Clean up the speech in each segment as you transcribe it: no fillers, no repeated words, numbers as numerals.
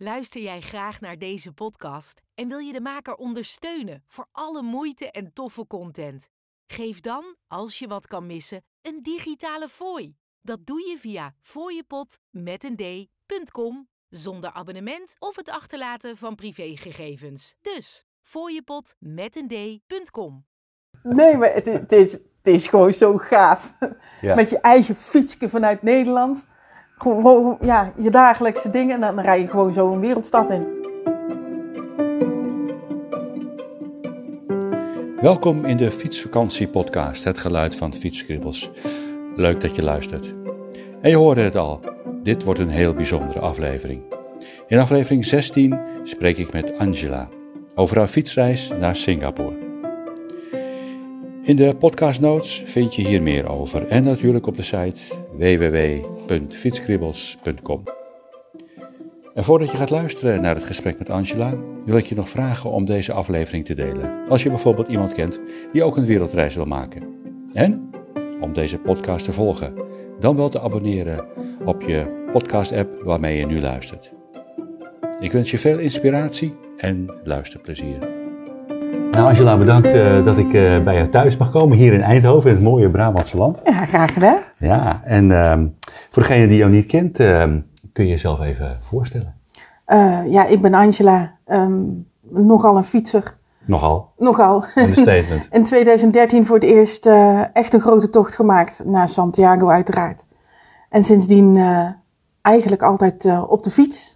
Luister jij graag naar deze podcast en wil je de maker ondersteunen voor alle moeite en toffe content? Geef dan, als je wat kan missen, een digitale fooi. Dat doe je via fooiepot.com zonder abonnement of het achterlaten van privégegevens. Dus fooiepot.com. Nee, maar het is gewoon zo gaaf. Ja. Met je eigen fietsje vanuit Nederland. Gewoon, ja, je dagelijkse dingen. En dan rij je gewoon zo een wereldstad in. Welkom in de Fietsvakantie-podcast, het geluid van Fietskribbels. Leuk dat je luistert. En je hoorde het al, dit wordt een heel bijzondere aflevering. In aflevering 16 spreek ik met Angela over haar fietsreis naar Singapore. In de podcast notes vind je hier meer over en natuurlijk op de site www.fietskribbels.com. En voordat je gaat luisteren naar het gesprek met Angela, wil ik je nog vragen om deze aflevering te delen. Als je bijvoorbeeld iemand kent die ook een wereldreis wil maken. En om deze podcast te volgen, dan wel te abonneren op je podcast-app waarmee je nu luistert. Ik wens je veel inspiratie en luisterplezier. Nou Angela, bedankt dat ik bij jou thuis mag komen hier in Eindhoven, in het mooie Brabantse land. Ja, graag gedaan. Ja, en voor degene die jou niet kent, kun je jezelf even voorstellen? Ja, ik ben Angela, nogal een fietser. Nogal? Nogal. Understatement. In 2013 voor het eerst echt een grote tocht gemaakt, naar Santiago uiteraard. En sindsdien eigenlijk altijd op de fiets.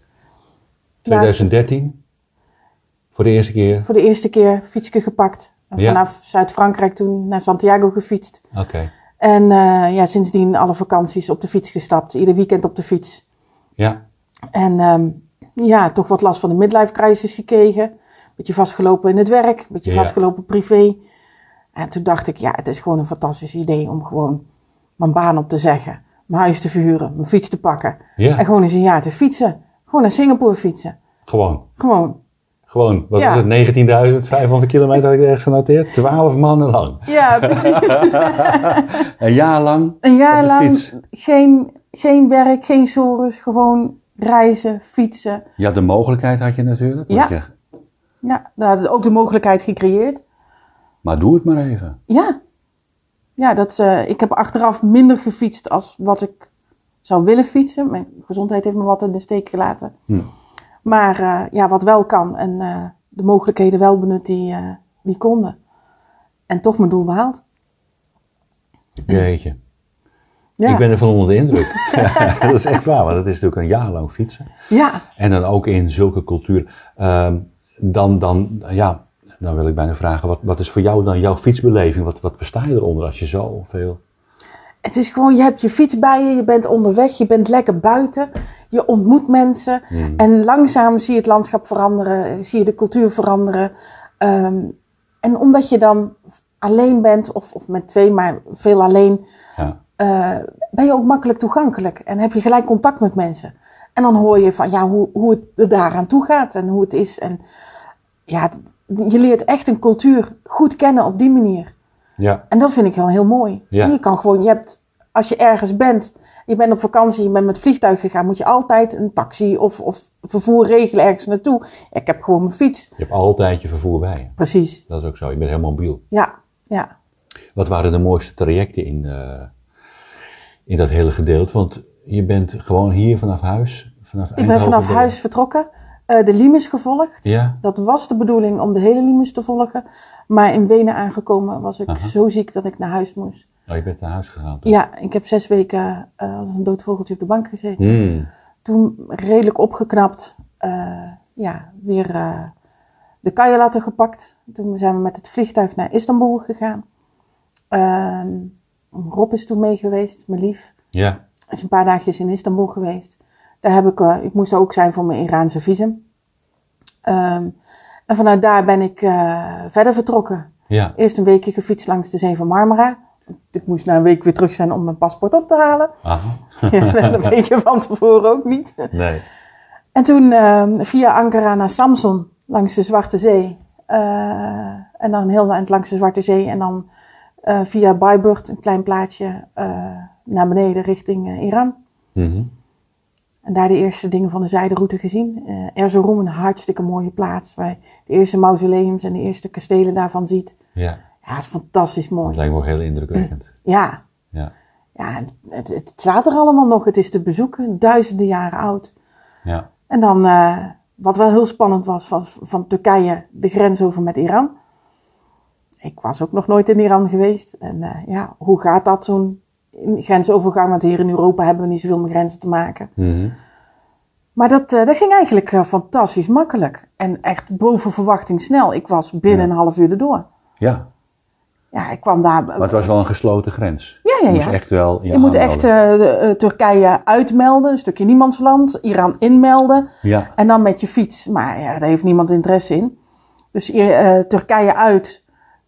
2013? Voor de eerste keer? Voor de eerste keer fietsje gepakt. En vanaf Zuid-Frankrijk toen naar Santiago gefietst. Oké. En sindsdien alle vakanties op de fiets gestapt. Ieder weekend op de fiets. Ja. En toch wat last van de midlife crisis gekregen. Beetje vastgelopen in het werk. Beetje vastgelopen privé. En toen dacht ik, het is gewoon een fantastisch idee om gewoon mijn baan op te zeggen. Mijn huis te verhuren. Mijn fiets te pakken. Ja. En gewoon eens een jaar te fietsen. Gewoon naar Singapore fietsen. Gewoon, wat was het? 19.500 kilometer had ik ergens genoteerd? 12 maanden lang. Ja, precies. Een jaar lang Een jaar op de lang fiets. Geen werk, geen sores, gewoon reizen, fietsen. Ja, de mogelijkheid had je natuurlijk. Ja, daar had ook de mogelijkheid gecreëerd. Maar doe het maar even. Ja, ik heb achteraf minder gefietst als wat ik zou willen fietsen. Mijn gezondheid heeft me wat in de steek gelaten. Maar wat wel kan en de mogelijkheden wel benut die konden. En toch mijn doel behaald. Jeetje. Ja. Ik ben er van onder de indruk. Dat is echt waar, want dat is natuurlijk een jaar lang fietsen. Ja. En dan ook in zulke cultuur. Dan wil ik bijna vragen, wat is voor jou dan jouw fietsbeleving? Wat versta je eronder als je zoveel... Het is gewoon, je hebt je fiets bij je, je bent onderweg, je bent lekker buiten. Je ontmoet mensen en langzaam zie je het landschap veranderen, zie je de cultuur veranderen. En omdat je dan alleen bent, of met twee, maar veel alleen, ben je ook makkelijk toegankelijk. En heb je gelijk contact met mensen. En dan hoor je van hoe het er daaraan toe gaat en hoe het is. En je leert echt een cultuur goed kennen op die manier. Ja. En dat vind ik wel heel mooi. Ja. En je kan gewoon, als je ergens bent, je bent op vakantie, je bent met vliegtuig gegaan, moet je altijd een taxi of vervoer regelen ergens naartoe. Ik heb gewoon mijn fiets. Je hebt altijd je vervoer bij je. Precies. Dat is ook zo, je bent heel mobiel. Ja. Wat waren de mooiste trajecten in dat hele gedeelte? Want je bent gewoon hier vanaf huis, Ik ben vanaf huis vertrokken. De Limes gevolgd. Ja. Dat was de bedoeling om de hele Limes te volgen. Maar in Wenen aangekomen was ik zo ziek dat ik naar huis moest. Oh, je bent naar huis gegaan toch? Ja, ik heb 6 weken als een dood vogeltje op de bank gezeten. Toen redelijk opgeknapt. Weer de kajuiten gepakt. Toen zijn we met het vliegtuig naar Istanbul gegaan. Rob is toen mee geweest, mijn lief. Ja. Is een paar dagjes in Istanbul geweest. Daar heb ik moest er ook zijn voor mijn Iraanse visum. En vanuit daar ben ik verder vertrokken. Ja. Eerst een weekje gefietst langs de Zee van Marmara. Ik moest na een week weer terug zijn om mijn paspoort op te halen. Dat weet je van tevoren ook niet. Nee. En toen via Ankara naar Samsun, langs de Zwarte Zee. En dan heel eind langs de Zwarte Zee. En dan via Bayburt, een klein plaatsje, naar beneden richting Iran. En daar de eerste dingen van de zijderoute gezien. Erzurum, een hartstikke mooie plaats. Waar je de eerste mausoleums en de eerste kastelen daarvan ziet. Ja. Ja, het is fantastisch mooi. Dat lijkt me ook heel indrukwekkend. Ja. Ja. Ja, het staat er allemaal nog. Het is te bezoeken, duizenden jaren oud. Ja. En dan, wat wel heel spannend was, van Turkije de grens over met Iran. Ik was ook nog nooit in Iran geweest. En hoe gaat dat, zo'n grensovergang? Want hier in Europa hebben we niet zoveel met grenzen te maken. Mm-hmm. Maar dat ging eigenlijk fantastisch makkelijk. En echt boven verwachting snel. Ik was binnen een half uur erdoor. Ja. Ja, ik kwam daar... Maar het was wel een gesloten grens. Ja. Je moest echt wel... Je moet echt Turkije uitmelden, een stukje niemandsland, Iran inmelden. Ja. En dan met je fiets. Maar ja, daar heeft niemand interesse in. Dus Turkije uit.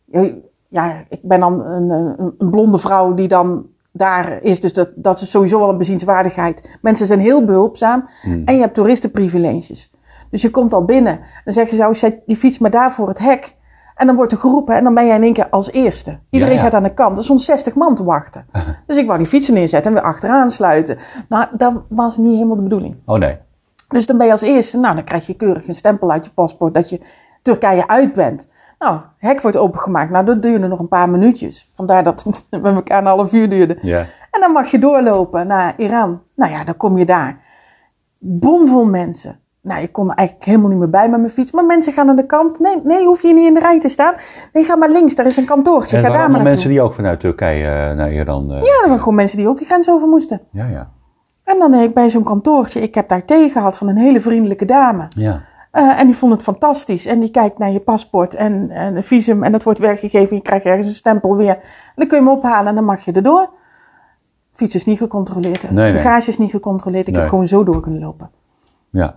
Ja, ik ben dan een blonde vrouw die dan daar is. Dus dat is sowieso wel een bezienswaardigheid. Mensen zijn heel behulpzaam. En je hebt toeristenprivileges. Dus je komt al binnen. Dan zeggen ze, zet die fiets maar daar voor het hek. En dan wordt er geroepen en dan ben jij in één keer als eerste. Iedereen gaat aan de kant. Er stond 60 man te wachten. Dus ik wou die fietsen neerzetten en weer achteraan sluiten. Nou, dat was niet helemaal de bedoeling. Oh nee. Dus dan ben je als eerste. Nou, dan krijg je keurig een stempel uit je paspoort dat je Turkije uit bent. Nou, hek wordt opengemaakt. Nou, dat duurde nog een paar minuutjes. Vandaar dat het bij elkaar een half uur duurde. Ja. En dan mag je doorlopen naar Iran. Nou ja, dan kom je daar. Bomvol mensen. Nou, ik kon er eigenlijk helemaal niet meer bij met mijn fiets. Maar mensen gaan aan de kant. Nee, hoef je niet in de rij te staan. Nee, ga maar links, daar is een kantoortje. En ga daar maar naartoe. mensen die ook vanuit Turkije naar Iran... Ja, er waren gewoon mensen die ook de grens over moesten. Ja. En dan ik bij zo'n kantoortje. Ik heb daar thee gehad van een hele vriendelijke dame. Ja. En die vond het fantastisch. En die kijkt naar je paspoort en een visum. En dat wordt weggegeven. Je krijgt ergens een stempel weer. En dan kun je hem ophalen en dan mag je erdoor. Fiets is niet gecontroleerd. Nee. Bagage is niet gecontroleerd. Ik heb gewoon zo door kunnen lopen. Ja.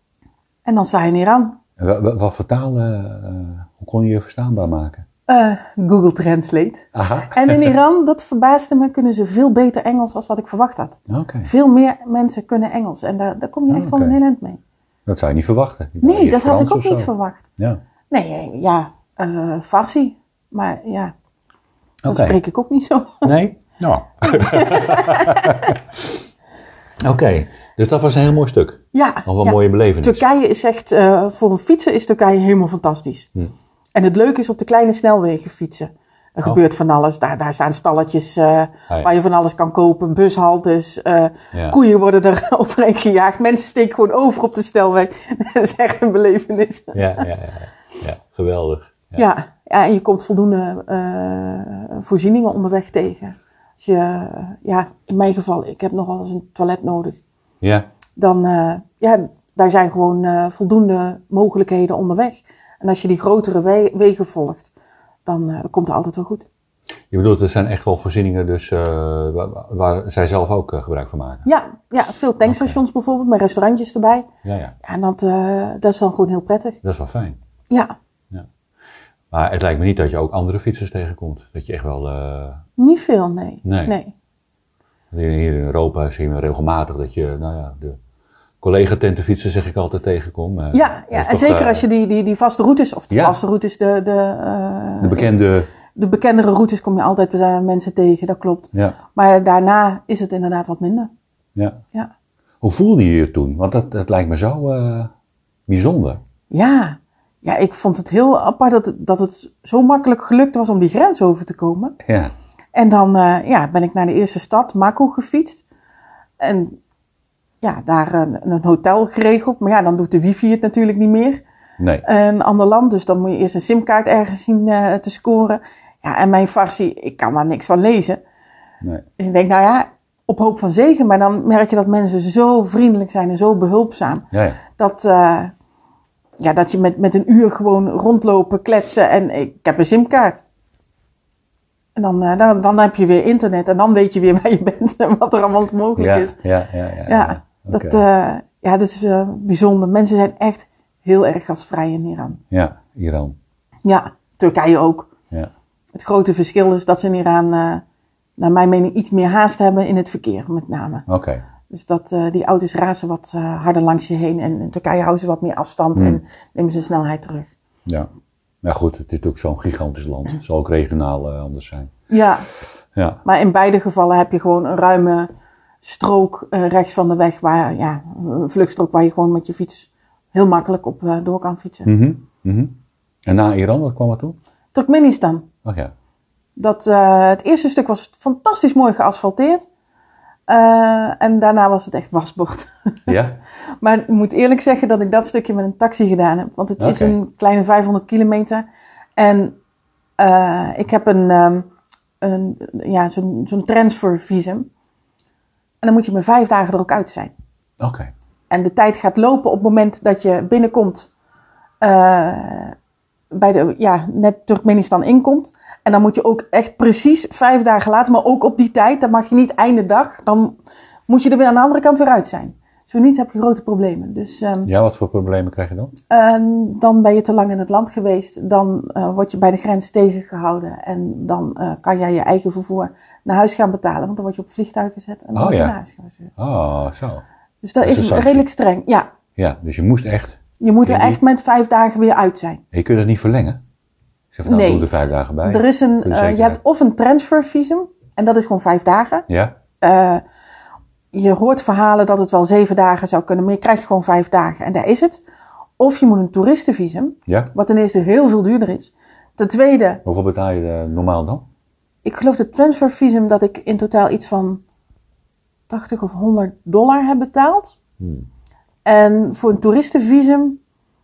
En dan sta je in Iran. Wat voor taal, hoe kon je je verstaanbaar maken? Google Translate. Aha. En in Iran, dat verbaasde me, kunnen ze veel beter Engels dan dat ik verwacht had. Okay. Veel meer mensen kunnen Engels. En daar kom je echt wel een heel eind mee. Dat zou je niet verwachten. Nee, dat had ik ook niet verwacht. Ja. Nee, Farsi. Maar ja, dat Okay. spreek ik ook niet zo. Nee? Nou. Oké, dus dat was een heel mooi stuk. Ja. Of een mooie belevenis. Turkije is echt, voor een fietser is Turkije helemaal fantastisch. En het leuke is op de kleine snelwegen fietsen. Er gebeurt van alles. Daar staan stalletjes waar je van alles kan kopen. Bushaltes. Koeien worden er overheen gejaagd. Mensen steken gewoon over op de snelweg. Dat is echt een belevenis. Ja, geweldig. Ja, en je komt voldoende voorzieningen onderweg tegen. Als je, in mijn geval, ik heb nogal eens een toilet nodig. Ja. Dan, daar zijn gewoon voldoende mogelijkheden onderweg. En als je die grotere wegen volgt, dan komt het altijd wel goed. Je bedoelt, er zijn echt wel voorzieningen dus, waar zij zelf ook gebruik van maken? Ja, veel tankstations bijvoorbeeld, met restaurantjes erbij. Ja. En dat is dan gewoon heel prettig. Dat is wel fijn. Ja. Maar het lijkt me niet dat je ook andere fietsers tegenkomt. Dat je echt wel... Niet veel, nee. Hier in Europa zien we regelmatig dat je, de collega-tentenfietsen zeg ik altijd tegenkom. En zeker als je die vaste routes, of vaste routes, de bekende... De bekendere routes kom je altijd mensen tegen, dat klopt. Ja. Maar daarna is het inderdaad wat minder. Ja. Ja. Hoe voelde je je toen? Want dat lijkt me zo bijzonder. Ja, ik vond het heel apart dat het zo makkelijk gelukt was om die grens over te komen. Ja. En dan ben ik naar de eerste stad, Mako, gefietst. En daar een hotel geregeld. Maar dan doet de wifi het natuurlijk niet meer. Nee. Een ander land, dus dan moet je eerst een simkaart ergens zien te scoren. Ja, en mijn Farsi, ik kan daar niks van lezen. Nee. Dus ik denk, op hoop van zegen. Maar dan merk je dat mensen zo vriendelijk zijn en zo behulpzaam. Ja. Dat je met een uur gewoon rondlopen, kletsen en ik heb een simkaart. En dan heb je weer internet en dan weet je weer waar je bent en wat er allemaal mogelijk is. Ja. Okay. Dat is bijzonder. Mensen zijn echt heel erg gastvrij in Iran. Ja, Iran. Ja, Turkije ook. Ja. Het grote verschil is dat ze in Iran, naar mijn mening, iets meer haast hebben in het verkeer met name. Oké. Dus dat die auto's razen wat harder langs je heen en in Turkije houden ze wat meer afstand en nemen ze snelheid terug. Ja. Ja goed, het is natuurlijk zo'n gigantisch land. Het zal ook regionaal anders zijn. Ja, maar in beide gevallen heb je gewoon een ruime strook rechts van de weg, een vluchtstrook waar je gewoon met je fiets heel makkelijk op door kan fietsen. Mm-hmm. Mm-hmm. En na Iran, wat kwam er toe? Turkmenistan. Ach ja. Het eerste stuk was fantastisch mooi geasfalteerd. En daarna was het echt wasbord. Ja? Maar ik moet eerlijk zeggen dat ik dat stukje met een taxi gedaan heb. Want het is een kleine 500 kilometer. En ik heb zo'n transfervisum. En dan moet je met 5 dagen er ook uit zijn. Oké. En de tijd gaat lopen op het moment dat je binnenkomt. Net Turkmenistan inkomt. En dan moet je ook echt precies 5 dagen later, maar ook op die tijd. Dan mag je niet einde dag. Dan moet je er weer aan de andere kant weer uit zijn. Zo niet heb je grote problemen. Dus, wat voor problemen krijg je dan? Dan ben je te lang in het land geweest. Dan word je bij de grens tegengehouden. En dan kan jij je eigen vervoer naar huis gaan betalen. Want dan word je op het vliegtuig gezet en dan word je naar huis gestuurd. Oh, zo. Dus dat is redelijk streng, ja. Ja, dus je moest echt... Je moet er echt met 5 dagen weer uit zijn. En je kunt het niet verlengen? Zeg van, doe er 5 dagen bij. Er is je hebt of een transfervisum. En dat is gewoon 5 dagen. Ja. Je hoort verhalen dat het wel 7 dagen zou kunnen. Maar je krijgt gewoon 5 dagen. En daar is het. Of je moet een toeristenvisum. Ja. Wat ten eerste heel veel duurder is. Ten tweede... Hoeveel betaal je normaal dan? Ik geloof het transfervisum dat ik in totaal iets van $80 of $100 heb betaald. En voor een toeristenvisum,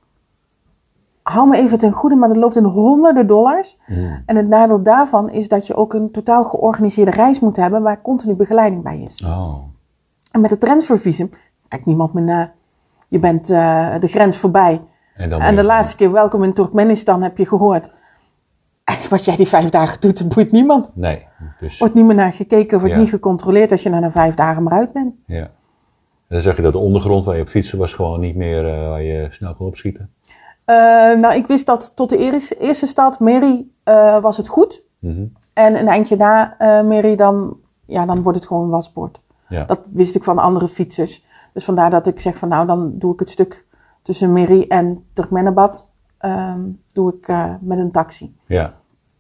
hou me even ten goede, maar dat loopt in honderden dollars. En het nadeel daarvan is dat je ook een totaal georganiseerde reis moet hebben waar continu begeleiding bij is. Oh. En met het transfervisum kijkt niemand meer naar. Je bent de grens voorbij. En de laatste keer welkom in Turkmenistan heb je gehoord. Wat jij die 5 dagen doet, dat boeit niemand. Nee. Dus... Wordt niet meer naar gekeken, wordt niet gecontroleerd als je na 5 dagen maar uit bent. Ja. En dan zag je dat de ondergrond waar je op fietsen was gewoon niet meer waar je snel kon opschieten? Ik wist dat tot de eerste stad, Meri, was het goed. Mm-hmm. En een eindje na Meri, dan wordt het gewoon een wasbord. Ja. Dat wist ik van andere fietsers. Dus vandaar dat ik zeg van dan doe ik het stuk tussen Meri en Turkmenabad doe ik met een taxi. Ja.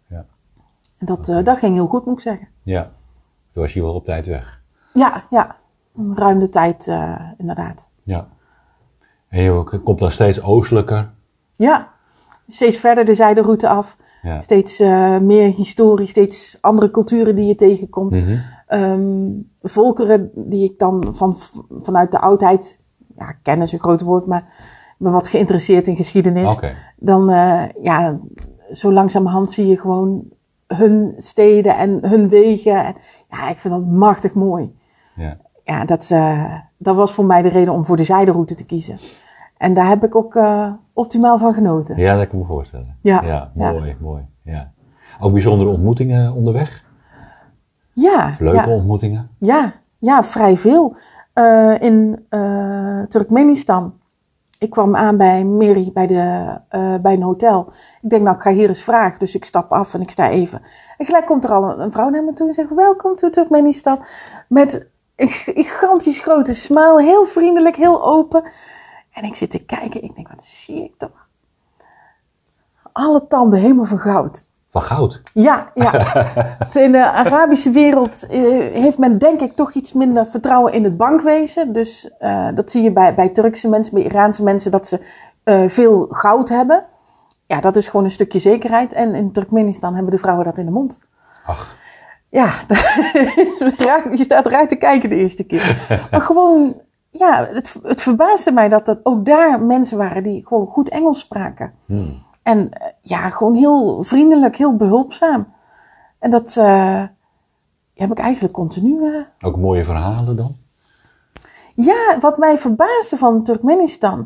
En dat ging heel goed, moet ik zeggen. Ja, toen was je wel op tijd weg. Ja. Ruim de tijd inderdaad. Ja. En je komt dan steeds oostelijker. Ja, steeds verder de zijderoute af. Ja. Steeds meer historie, steeds andere culturen die je tegenkomt. Mm-hmm. Volkeren die ik dan vanuit de oudheid, ken is een groot woord, maar ben wat geïnteresseerd in geschiedenis. Okay. Dan, zo langzamerhand zie je gewoon hun steden en hun wegen. En, ik vind dat machtig mooi. Ja, dat was voor mij de reden om voor de zijderoute te kiezen. En daar heb ik ook optimaal van genoten. Ja, dat kan ik me voorstellen. Ja, mooi. Ja. Ook bijzondere ontmoetingen onderweg? Ja. Leuke ontmoetingen? Ja, vrij veel. In Turkmenistan. Ik kwam aan bij Meri bij een hotel. Ik denk, ik ga hier eens vragen. Dus ik stap af en ik sta even. En gelijk komt er al een vrouw naar me toe en zegt, welkom to Turkmenistan. Met een gigantisch grote smile, heel vriendelijk, heel open. En ik zit te kijken, ik denk, wat zie ik toch? Alle tanden helemaal van goud. Van goud? Ja. In de Arabische wereld heeft men denk ik toch iets minder vertrouwen in het bankwezen. Dus dat zie je bij Turkse mensen, bij Iraanse mensen, dat ze veel goud hebben. Ja, dat is gewoon een stukje zekerheid. En in Turkmenistan hebben de vrouwen dat in de mond. Ach. Ja, je staat eruit te kijken de eerste keer. Maar gewoon, het verbaasde mij dat ook daar mensen waren die gewoon goed Engels spraken. En gewoon heel vriendelijk, heel behulpzaam. En dat heb ik eigenlijk continu. Ook mooie verhalen dan? Ja, wat mij verbaasde van Turkmenistan.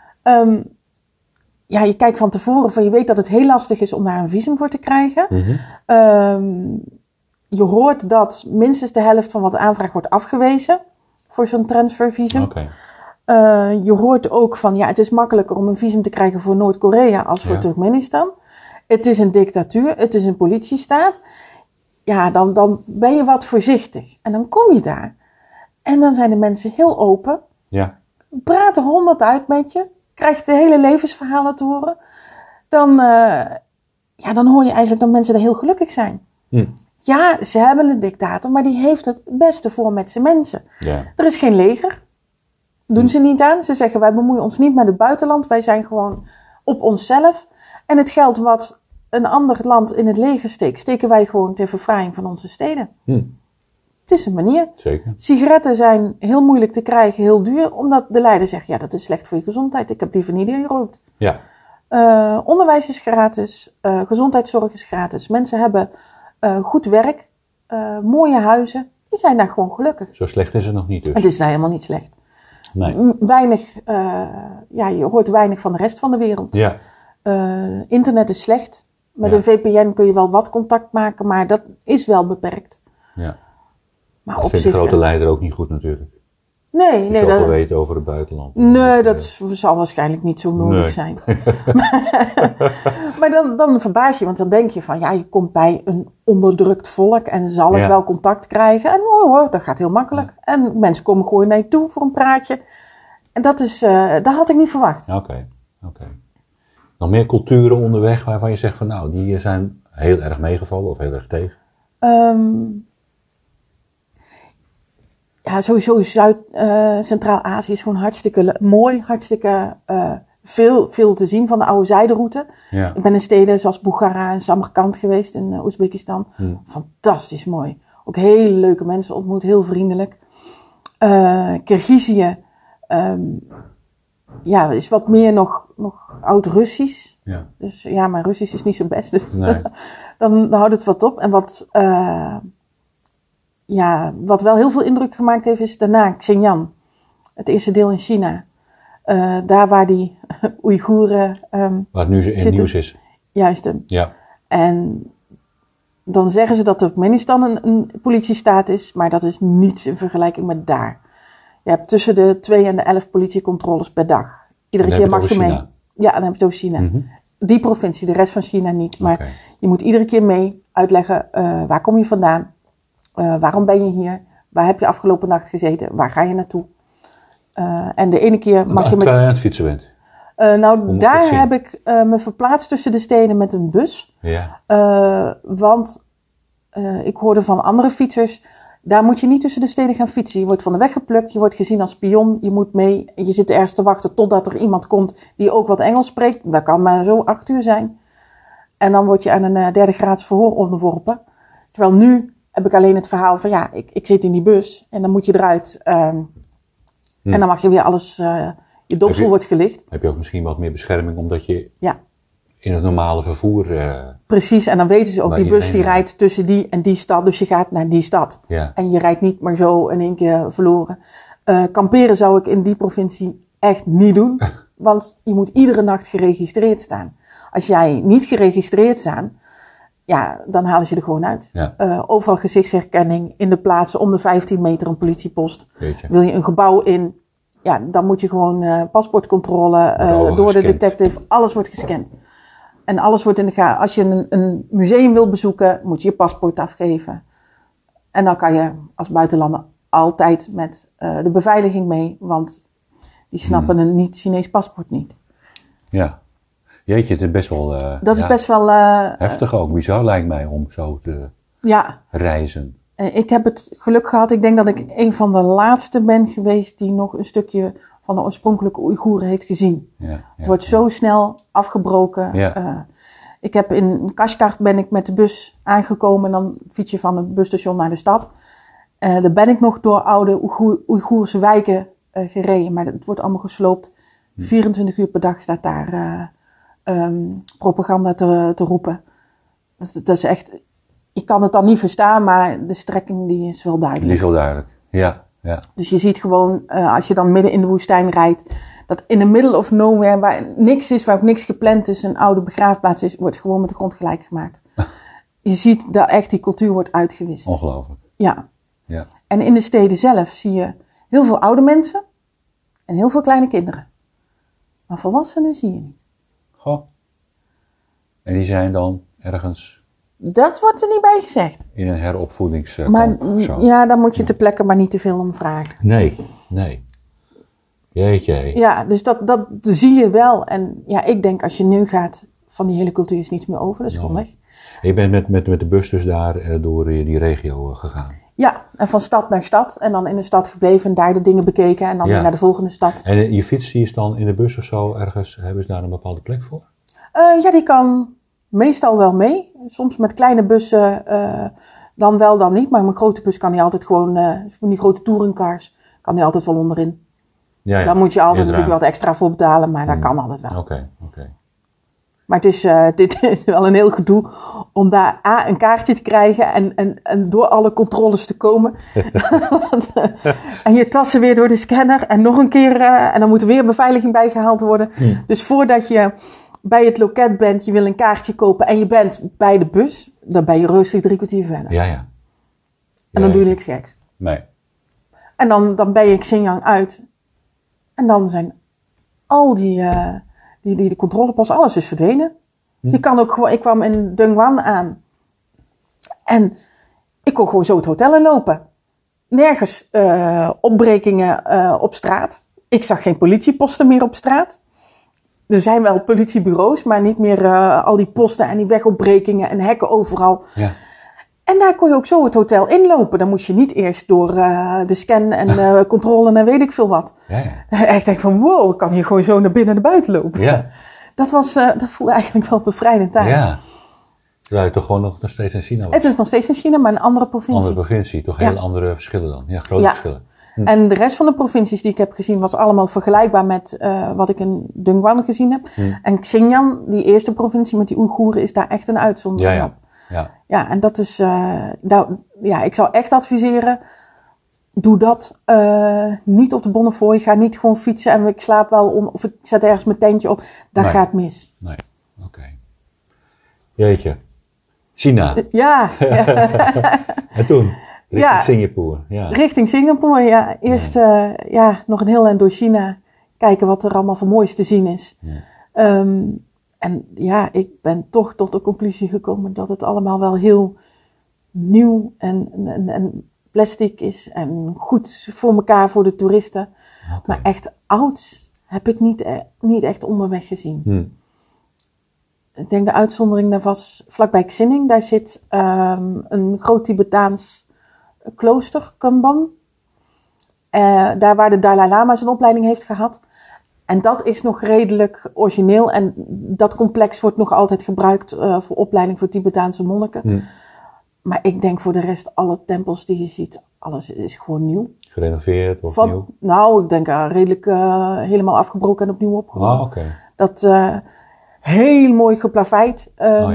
Je kijkt van tevoren, je weet dat het heel lastig is om daar een visum voor te krijgen. Mm-hmm. Je hoort dat minstens de helft van wat de aanvraag wordt afgewezen voor zo'n transfervisum. Okay. Je hoort ook van, het is makkelijker om een visum te krijgen voor Noord-Korea als voor Turkmenistan. Het is een dictatuur, het is een politiestaat. Ja, dan ben je wat voorzichtig. En dan kom je daar. En dan zijn de mensen heel open. Ja. Praten 100 uit met je. Krijg je de hele levensverhalen te horen. Dan hoor je eigenlijk dat mensen er heel gelukkig zijn. Ja, ze hebben een dictator, maar die heeft het beste voor met zijn mensen. Ja. Er is geen leger. Doen ze niet aan. Ze zeggen, wij bemoeien ons niet met het buitenland. Wij zijn gewoon op onszelf. En het geld wat een ander land in het leger steekt, steken wij gewoon ter verfraaiing van onze steden. Het is een manier. Zeker. Sigaretten zijn heel moeilijk te krijgen, heel duur, omdat de leider zegt, ja, dat is slecht voor je gezondheid. Ik heb liever niet die je rookt. Ja. Onderwijs is gratis, gezondheidszorg is gratis. Mensen hebben goed werk, mooie huizen. Die zijn daar gewoon gelukkig. Zo slecht is het nog niet dus. Het is daar helemaal niet slecht. Nee. Je hoort weinig van de rest van de wereld. Ja. Internet is slecht. Met een VPN kun je wel wat contact maken, maar dat is wel beperkt. Ja. Maar Dat op vindt de zich, grote leider ook niet goed natuurlijk. Nee, Die zoveel weten over het buitenland. Nee, dat zal waarschijnlijk niet zo nodig zijn. Maar dan verbaas je, want dan denk je van, ja, je komt bij een onderdrukt volk en zal ik wel contact krijgen. En dat gaat heel makkelijk. Ja. En mensen komen gewoon naar je toe voor een praatje. En dat had ik niet verwacht. Oké. Nog meer culturen onderweg waarvan je zegt van, nou, die zijn heel erg meegevallen of heel erg tegen? Ja, sowieso Centraal-Azië is gewoon hartstikke mooi, hartstikke veel te zien van de oude zijderoute. Ja. Ik ben in steden zoals Bukhara en Samarkand geweest in Oezbekistan. Fantastisch mooi. Ook hele leuke mensen ontmoet, heel vriendelijk. Kirgizië is wat meer nog oud-Russisch. Ja. Dus ja, maar Russisch is niet zo best. Dus nee. dan houdt het wat op. En wat wel heel veel indruk gemaakt heeft, is daarna Xinjiang. Het eerste deel in China. Daar waar die Oeigoeren waar het nu in nieuws is. Juist. Ja. En dan zeggen ze dat Turkmenistan een politiestaat is, maar dat is niets in vergelijking met daar. Je hebt tussen de 2 en de 11 politiecontroles per dag. Iedere keer mag je mee. China. Ja, dan heb je het over China. Mm-hmm. Die provincie, de rest van China niet. Maar je moet iedere keer mee uitleggen, waar kom je vandaan? Waarom ben je hier? Waar heb je afgelopen nacht gezeten? Waar ga je naartoe? En de ene keer mag je met... Terwijl je aan het fietsen bent? Daar heb ik me verplaatst tussen de steden met een bus. Ja. Want ik hoorde van andere fietsers, daar moet je niet tussen de steden gaan fietsen. Je wordt van de weg geplukt, je wordt gezien als spion, je moet mee. Je zit ergens te wachten totdat er iemand komt die ook wat Engels spreekt. Dat kan maar zo 8 uur zijn. En dan word je aan een 3e graads verhoor onderworpen. Terwijl nu heb ik alleen het verhaal van ik zit in die bus en dan moet je eruit. En dan mag je weer alles, je dopsel wordt gelicht. Heb je ook misschien wat meer bescherming omdat je in het normale vervoer... Precies, en dan weten ze ook, die bus die rijdt tussen die en die stad, dus je gaat naar die stad. Ja. En je rijdt niet maar zo in één keer verloren. Kamperen zou ik in die provincie echt niet doen, want je moet iedere nacht geregistreerd staan. Als jij niet geregistreerd staat, dan halen ze je er gewoon uit. Ja. Overal gezichtsherkenning, in de plaatsen om de 15 meter een politiepost. Wil je een gebouw in, dan moet je gewoon paspoortcontrole door de detective. Alles wordt gescand. En alles wordt in de gaten. Als je een museum wil bezoeken, moet je je paspoort afgeven. En dan kan je als buitenlander altijd met de beveiliging mee, want die snappen een niet-Chinees paspoort niet. Ja. Jeetje, het is best wel... dat is best wel... heftig ook, bizar lijkt mij om zo te reizen. Ik heb het geluk gehad, ik denk dat ik een van de laatste ben geweest die nog een stukje van de oorspronkelijke Oeigoeren heeft gezien. Ja, het wordt zo snel afgebroken. Ja. Ik heb in Kashgar ben ik met de bus aangekomen en dan fiets je van het busstation naar de stad. Daar ben ik nog door oude Oeigoerse wijken gereden, maar het wordt allemaal gesloopt. 24 uur per dag staat daar... propaganda te roepen. Dat is echt, je kan het dan niet verstaan, maar de strekking die is wel duidelijk. Die is wel duidelijk, ja. Dus je ziet gewoon, als je dan midden in de woestijn rijdt, dat in the middle of nowhere, waar niks is, waar ook niks gepland is, een oude begraafplaats is, wordt gewoon met de grond gelijk gemaakt. Je ziet dat echt die cultuur wordt uitgewist. Ongelooflijk. Ja. En in de steden zelf zie je heel veel oude mensen en heel veel kleine kinderen. Maar volwassenen zie je niet. Goh. En die zijn dan ergens... Dat wordt er niet bij gezegd. In een heropvoedingskamp zo. Ja, daar moet je ter plekke maar niet te veel om vragen. Nee. Jeetje. Ja, dus dat zie je wel. En ik denk als je nu gaat, van die hele cultuur is niets meer over. Dat is gewoon weg. En je bent met de bus dus daar door die regio gegaan? Ja, en van stad naar stad. En dan in de stad gebleven en daar de dingen bekeken. En dan weer naar de volgende stad. En je fiets die is dan in de bus of zo ergens, hebben ze daar een bepaalde plek voor? Ja, die kan meestal wel mee. Soms met kleine bussen dan wel, dan niet. Maar met een grote bus kan hij altijd gewoon, van die grote touringcars, kan hij altijd wel onderin. Ja. Daar moet je altijd natuurlijk wat extra voor betalen, maar dat kan altijd wel. Oké. Maar dit is wel een heel gedoe om daar een kaartje te krijgen en door alle controles te komen. En je tassen weer door de scanner en nog een keer, en dan moet er weer beveiliging bijgehaald worden. Dus voordat je bij het loket bent, je wil een kaartje kopen en je bent bij de bus, dan ben je rustig 3 kwartier verder. Ja. En dan doe je niks geks. Nee. En dan ben je Xinjiang uit. En dan zijn al die controlepas, alles is verdwenen. Je kan ook gewoon, ik kwam in Dongguan aan. En ik kon gewoon zo het hotel inlopen. Nergens opbrekingen op straat. Ik zag geen politieposten meer op straat. Er zijn wel politiebureaus, maar niet meer al die posten en die wegopbrekingen en hekken overal. Ja. En daar kon je ook zo het hotel inlopen. Dan moest je niet eerst door de scan en controle en weet ik veel wat. Ja. Echt denk van wow, ik kan hier gewoon zo naar binnen en naar buiten lopen. Ja. Dat voelde eigenlijk wel bevrijdend aan. Ja. Terwijl je toch gewoon nog steeds in China was. Het is nog steeds in China, maar een andere provincie. Andere provincie, toch heel andere verschillen dan. Ja, grote verschillen. En de rest van de provincies die ik heb gezien was allemaal vergelijkbaar met wat ik in Dongguan gezien heb. En Xinjiang, die eerste provincie met die Oeigoeren, is daar echt een uitzondering op. Ja, en dat is, ik zou echt adviseren, doe dat niet op de Bonnefoy. Ga niet gewoon fietsen en ik slaap wel of ik zet ergens mijn tentje op. Dat gaat mis. Nee, oké. Jeetje. China. Ja. En toen? Richting Singapore. Ja. Richting Singapore, ja. Eerst nog een heel eind door China. Kijken wat er allemaal voor moois te zien is. Ja. En ja, ik ben toch tot de conclusie gekomen dat het allemaal wel heel nieuw en plastic is. En goed voor elkaar voor de toeristen. Okay. Maar echt oud heb ik niet echt onderweg gezien. Ik denk de uitzondering daar was vlakbij Xining. Daar zit een groot Tibetaans klooster, Kumbang. Daar waar de Dalai Lama zijn opleiding heeft gehad. En dat is nog redelijk origineel. En dat complex wordt nog altijd gebruikt voor opleiding voor Tibetaanse monniken. Maar ik denk voor de rest, alle tempels die je ziet, alles is gewoon nieuw. Gerenoveerd of nieuw? Nou, ik denk redelijk helemaal afgebroken en opnieuw opgebouwd. Okay. Dat heel mooi geplaveid.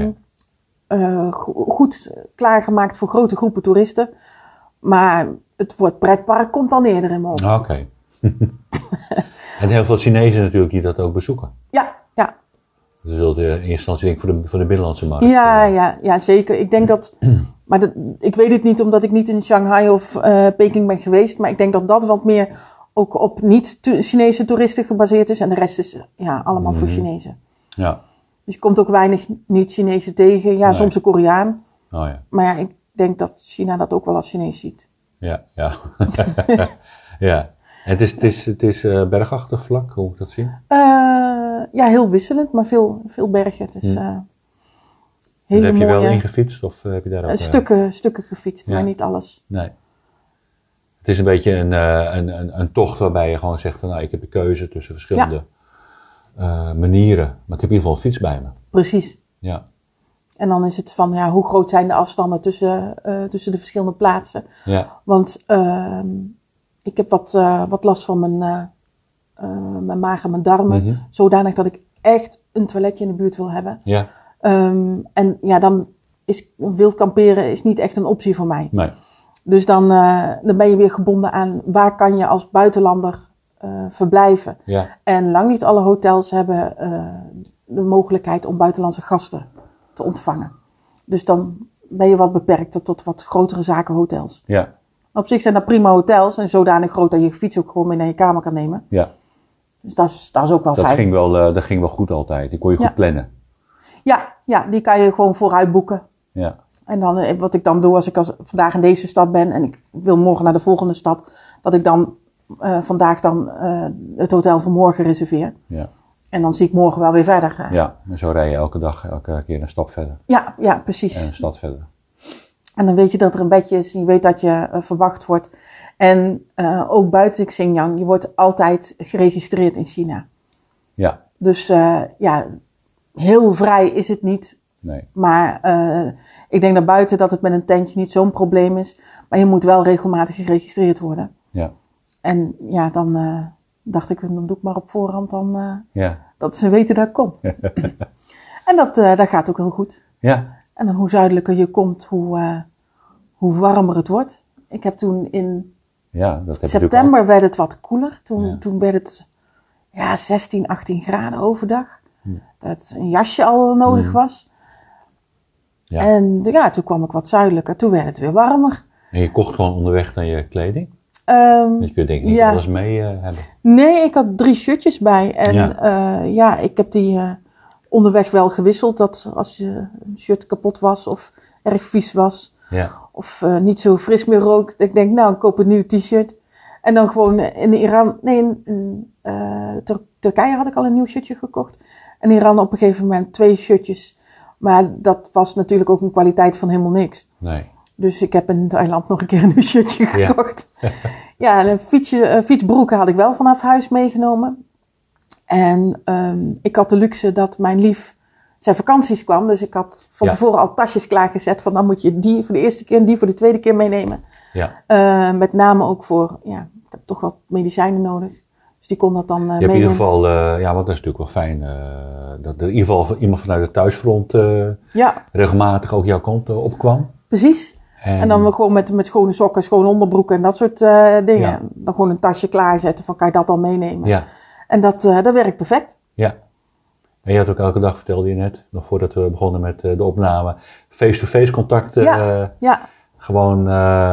Goed klaargemaakt voor grote groepen toeristen. Maar het woord pretpark komt dan eerder in me op. Oké. En heel veel Chinezen natuurlijk die dat ook bezoeken. Ja. Dus zult in eerste instantie denk ik voor de binnenlandse markt. Ja, zeker. Ik denk dat, maar ik weet het niet omdat ik niet in Shanghai of Peking ben geweest. Maar ik denk dat dat wat meer ook op niet-Chinese toeristen gebaseerd is. En de rest is allemaal voor Chinezen. Ja. Dus je komt ook weinig niet-Chinezen tegen. Ja, nee. Soms een Koreaan. Oh, ja. Maar ja, ik denk dat China dat ook wel als Chinees ziet. Ja. Ja. En het is bergachtig vlak, hoe moet ik dat zien? Ja, heel wisselend, maar veel bergen. Het is hele heb je mooie, wel ingefietst of heb je daar ook... Stukken gefietst, maar niet alles. Nee. Het is een beetje een tocht waarbij je gewoon zegt van nou, ik heb een keuze tussen verschillende manieren. Maar ik heb in ieder geval een fiets bij me. Precies. Ja. En dan is het van hoe groot zijn de afstanden tussen de verschillende plaatsen. Ja. Want ik heb wat last van mijn maag en mijn darmen. Zodanig dat ik echt een toiletje in de buurt wil hebben. Ja. En ja, dan is wild kamperen is niet echt een optie voor mij. Nee. Dus dan ben je weer gebonden aan waar kan je als buitenlander verblijven. Ja. En lang niet alle hotels hebben de mogelijkheid om buitenlandse gasten te ontvangen. Dus dan ben je wat beperkt tot wat grotere zakenhotels. Ja. Op zich zijn dat prima hotels en zodanig groot dat je je fiets ook gewoon mee naar je kamer kan nemen. Ja. Dus dat is ook wel fijn. Dat ging wel goed altijd. Die kon je goed plannen. Ja, die kan je gewoon vooruit boeken. Ja. En dan, wat ik dan doe als ik vandaag in deze stad ben en ik wil morgen naar de volgende stad, dat ik dan vandaag dan het hotel voor morgen reserveer. Ja. En dan zie ik morgen wel weer verder. Ja, en zo rij je elke keer een stap verder. Ja, precies. En een stad verder. En dan weet je dat er een bedje is, je weet dat je verwacht wordt. En ook buiten Xinjiang, je wordt altijd geregistreerd in China. Ja. Dus heel vrij is het niet. Nee. Maar ik denk naar buiten dat het met een tentje niet zo'n probleem is. Maar je moet wel regelmatig geregistreerd worden. Ja. En ja, dan dacht ik, dan doe ik maar op voorhand dan, Ja. dat ze weten dat ik kom. En dat gaat ook heel goed. Ja. En dan hoe zuidelijker je komt, hoe warmer het wordt. Ik heb toen in september werd het wat koeler. Toen werd het 16, 18 graden overdag. Dat een jasje al nodig was. Ja. En toen kwam ik wat zuidelijker. Toen werd het weer warmer. En je kocht gewoon onderweg dan je kleding? Je kunt denk ik niet alles mee hebben. Nee, ik had 3 shirtjes bij. En ik heb die onderweg wel gewisseld. Dat als je een shirt kapot was of erg vies was. Ja. Of niet zo fris meer rook. Dat ik denk, ik koop een nieuw t-shirt. En dan gewoon in Iran... Nee, in Turkije had ik al een nieuw shirtje gekocht. En in Iran op een gegeven moment 2 shirtjes. Maar dat was natuurlijk ook een kwaliteit van helemaal niks. Nee. Dus ik heb in Thailand nog een keer een nieuw shirtje gekocht. Ja, en een fietsbroeken had ik wel vanaf huis meegenomen. En ik had de luxe dat mijn lief zijn vakanties kwam. Dus ik had van tevoren al tasjes klaargezet. Van dan moet je die voor de eerste keer en die voor de tweede keer meenemen. Ja. Met name ook voor, ik heb toch wat medicijnen nodig. Dus die kon dat dan meenemen. In ieder geval, want dat is natuurlijk wel fijn. Dat er in ieder geval iemand vanuit het thuisfront regelmatig ook jouw kant opkwam. Precies. En dan gewoon met schone sokken, schone onderbroeken en dat soort dingen. Ja. Dan gewoon een tasje klaarzetten van kan je dat dan meenemen. Ja. En dat werkt perfect. Ja. En je had ook elke dag, vertelde je net, nog voordat we begonnen met de opname, face-to-face contacten. Gewoon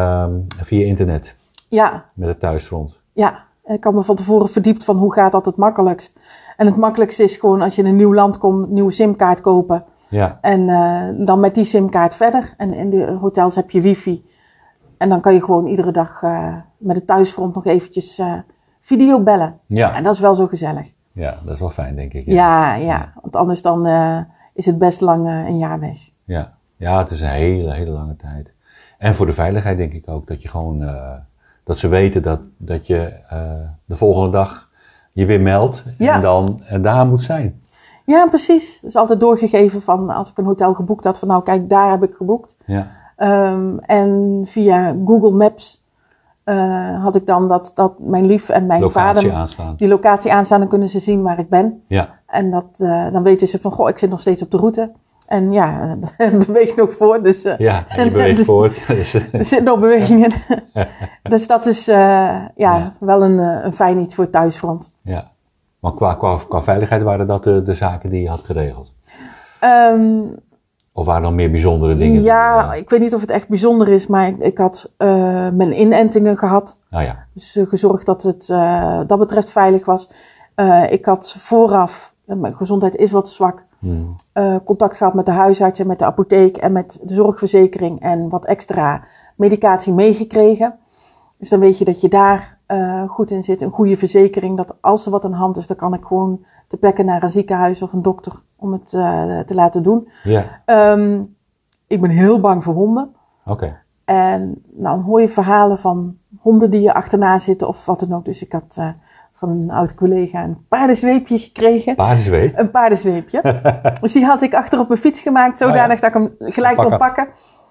via internet. Ja. Met het thuisfront. Ja. Ik had me van tevoren verdiept van hoe gaat dat het makkelijkst. En het makkelijkste is gewoon als je in een nieuw land komt, een nieuwe simkaart kopen. Ja. En dan met die simkaart verder. En in de hotels heb je wifi. En dan kan je gewoon iedere dag met het thuisfront nog eventjes video bellen. Ja. En dat is wel zo gezellig. Ja, dat is wel fijn, denk ik. Ja. Want anders dan is het best lang een jaar weg. Ja, het is een hele, hele lange tijd. En voor de veiligheid denk ik ook dat je gewoon... dat ze weten dat je de volgende dag je weer meldt en daar moet zijn. Ja, precies. Dat is altijd doorgegeven van als ik een hotel geboekt had, van nou kijk, daar heb ik geboekt. Ja. En via Google Maps had ik dan dat mijn lief en mijn vader die locatie aanstaan, dan kunnen ze zien waar ik ben. Ja. En dan weten ze van, ik zit nog steeds op de route. En dat beweegt nog voort. Dus, en je beweegt voort. Er zit nog beweging in. Dus dat is wel een fijn iets voor het thuisfront. Ja. Maar qua veiligheid waren dat de zaken die je had geregeld? Of waren er nog meer bijzondere dingen? Ja, ik weet niet of het echt bijzonder is, maar ik had mijn inentingen gehad. Oh ja. Dus gezorgd dat het dat betreft veilig was. Ik had vooraf, mijn gezondheid is wat zwak, contact gehad met de huisarts en met de apotheek en met de zorgverzekering en wat extra medicatie meegekregen. Dus dan weet je dat je daar goed in zit. Een goede verzekering, dat als er wat aan de hand is, dan kan ik gewoon te plekken naar een ziekenhuis of een dokter om het te laten doen. Yeah. Ik ben heel bang voor honden. Okay. En dan hoor je verhalen van honden die je achterna zitten of wat dan ook. Dus ik had van een oud collega een paardenzweepje gekregen. Paardenzweep? Een paardenzweepje. Dus die had ik achter op mijn fiets gemaakt, zodanig dat ik hem gelijk kon pakken.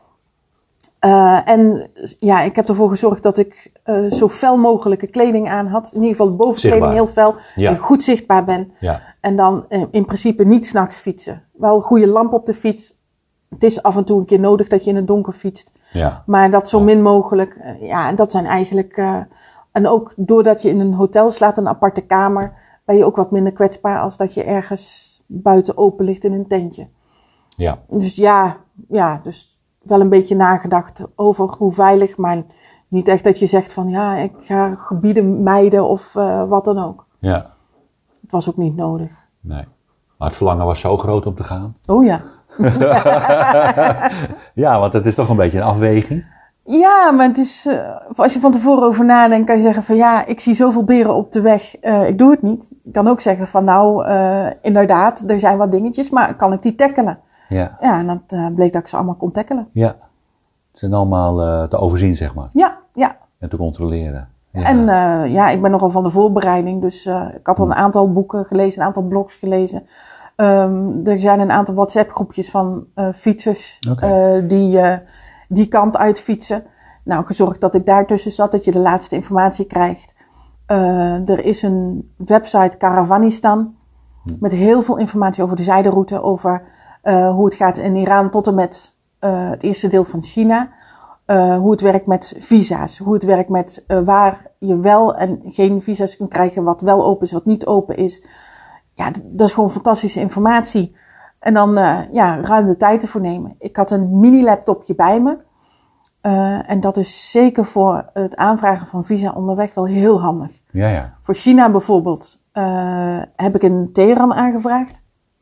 Ik heb ervoor gezorgd dat ik zo fel mogelijke kleding aan had. In ieder geval de bovenkleding heel fel. En goed zichtbaar ben. Ja. En dan in principe niet 's nachts fietsen. Wel een goede lamp op de fiets. Het is af en toe een keer nodig dat je in het donker fietst. Ja. Maar dat zo min mogelijk. En dat zijn eigenlijk... en ook doordat je in een hotel slaat, een aparte kamer, ben je ook wat minder kwetsbaar als dat je ergens buiten open ligt in een tentje. Ja. Dus dus wel een beetje nagedacht over hoe veilig, maar niet echt dat je zegt van ik ga gebieden mijden of wat dan ook. Ja. Het was ook niet nodig. Nee. Maar het verlangen was zo groot om te gaan. Oh ja. Ja, want het is toch een beetje een afweging. Ja, maar het is, als je van tevoren over nadenkt, kan je zeggen van ja, ik zie zoveel beren op de weg, ik doe het niet. Ik kan ook zeggen van nou, inderdaad, er zijn wat dingetjes, maar kan ik die tackelen? Ja. Ja, en dat bleek dat ik ze allemaal kon tackelen. Ja. Het zijn allemaal te overzien, zeg maar. Ja, ja. En te controleren. Ja. En ja, ik ben nogal van de voorbereiding, dus ik had al een aantal boeken gelezen, een aantal blogs gelezen. Er zijn een aantal WhatsApp-groepjes van fietsers die kant uit fietsen. Nou, gezorgd dat ik daartussen zat, dat je de laatste informatie krijgt. Er is een website Caravanistan met heel veel informatie over de zijderoute, over hoe het gaat in Iran tot en met het eerste deel van China. Hoe het werkt met visa's, hoe het werkt met waar je wel en geen visa's kunt krijgen, wat wel open is, wat niet open is. Ja, dat is gewoon fantastische informatie. En dan ruim de tijd ervoor nemen. Ik had een mini-laptopje bij me. En dat is zeker voor het aanvragen van visa onderweg wel heel handig. Ja, ja. Voor China bijvoorbeeld heb ik in Teheran aangevraagd.